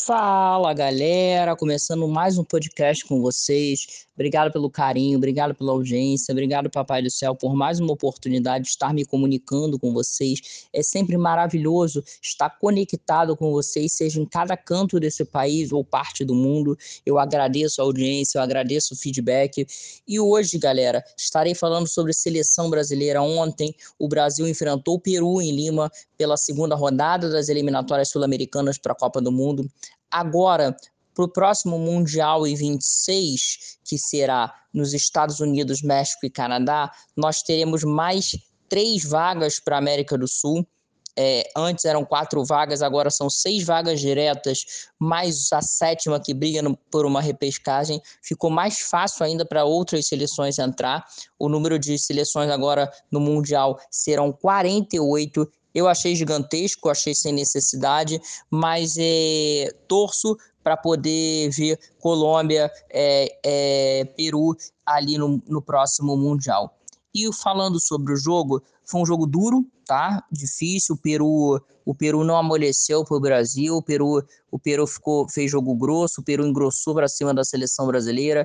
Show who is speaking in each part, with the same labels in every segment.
Speaker 1: Fala galera, começando mais um podcast com vocês. Obrigado pelo carinho, obrigado pela audiência, obrigado Papai do Céu por mais uma oportunidade de estar me comunicando com vocês. É sempre maravilhoso estar conectado com vocês, seja em cada canto desse país ou parte do mundo. Eu agradeço a audiência, eu agradeço o feedback. E hoje, galera, estarei falando sobre seleção brasileira. Ontem o Brasil enfrentou o Peru em Lima pela segunda rodada das eliminatórias sul-americanas para a Copa do Mundo. Agora, para o próximo Mundial em 26, que será nos Estados Unidos, México e Canadá, nós teremos mais 3 vagas para a América do Sul. Antes eram 4 vagas, agora são 6 vagas diretas, mais a 7ª que briga por uma repescagem. Ficou mais fácil ainda para outras seleções entrar. O número de seleções agora no Mundial serão 48. Eu achei gigantesco, achei sem necessidade, mas torço para poder ver Colômbia, Peru ali no próximo Mundial. E falando sobre o jogo, foi um jogo duro, tá? Difícil. O Peru não amoleceu para o Brasil. O Peru fez jogo grosso. O Peru engrossou para cima da seleção brasileira,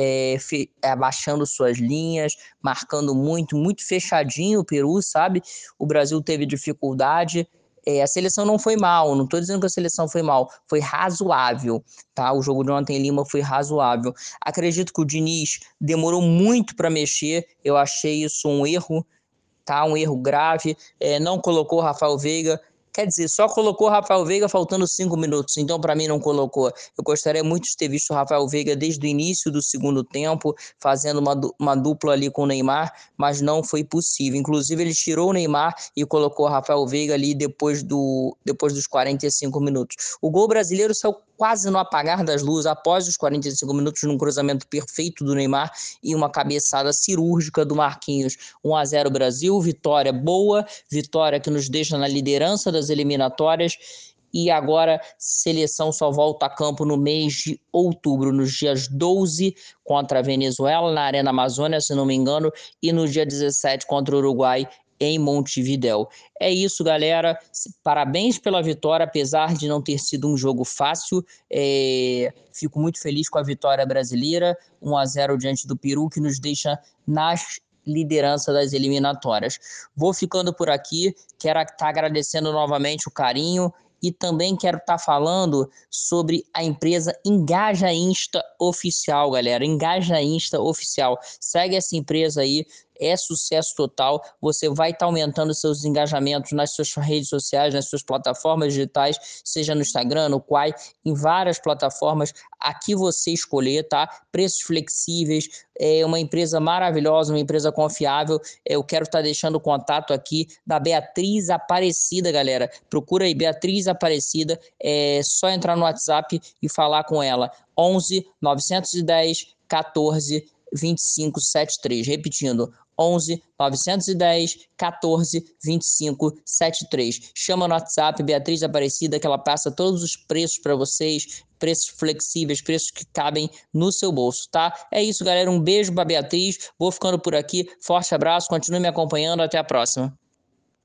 Speaker 1: abaixando suas linhas, marcando muito, muito fechadinho o Peru, sabe? O Brasil teve dificuldade. A seleção não foi mal, não estou dizendo que a seleção foi mal, foi razoável, tá? O jogo de ontem em Lima foi razoável. Acredito que o Diniz demorou muito para mexer, eu achei isso um erro, tá? Um erro grave. Não colocou o Rafael Veiga. Quer dizer, só colocou o Rafael Veiga faltando 5 minutos, então para mim não colocou. Eu gostaria muito de ter visto o Rafael Veiga desde o início do segundo tempo, fazendo uma dupla ali com o Neymar, mas não foi possível. Inclusive ele tirou o Neymar e colocou o Rafael Veiga ali depois dos 45 minutos. O gol brasileiro saiu quase no apagar das luzes, após os 45 minutos, num cruzamento perfeito do Neymar e uma cabeçada cirúrgica do Marquinhos. 1-0 Brasil, vitória boa, vitória que nos deixa na liderança das eliminatórias. E agora, seleção só volta a campo no mês de outubro, nos dias 12 contra a Venezuela, na Arena Amazônia, se não me engano, e no dia 17 contra o Uruguai, em Montevidéu. É isso, galera. Parabéns pela vitória, apesar de não ter sido um jogo fácil. Fico muito feliz com a vitória brasileira, 1-0 diante do Peru, que nos deixa nas liderança das eliminatórias. Vou ficando por aqui, quero estar agradecendo novamente o carinho e também quero estar falando sobre a empresa Engaja Insta Oficial, galera. Engaja Insta Oficial. Segue essa empresa aí, é sucesso total. Você vai estar aumentando seus engajamentos nas suas redes sociais, nas suas plataformas digitais, seja no Instagram, no Quai, em várias plataformas. Aqui você escolher, tá? Preços flexíveis, é uma empresa maravilhosa, uma empresa confiável. Eu quero estar deixando o contato aqui da Beatriz Aparecida, galera. Procura aí, Beatriz Aparecida. É só entrar no WhatsApp e falar com ela. 11 910 14 25 73. Repetindo, 11 910 14 25 73. Chama no WhatsApp, Beatriz Aparecida, que ela passa todos os preços para vocês, preços flexíveis, preços que cabem no seu bolso, tá? É isso, galera. Um beijo para Beatriz. Vou ficando por aqui. Forte abraço. Continue me acompanhando. Até a próxima.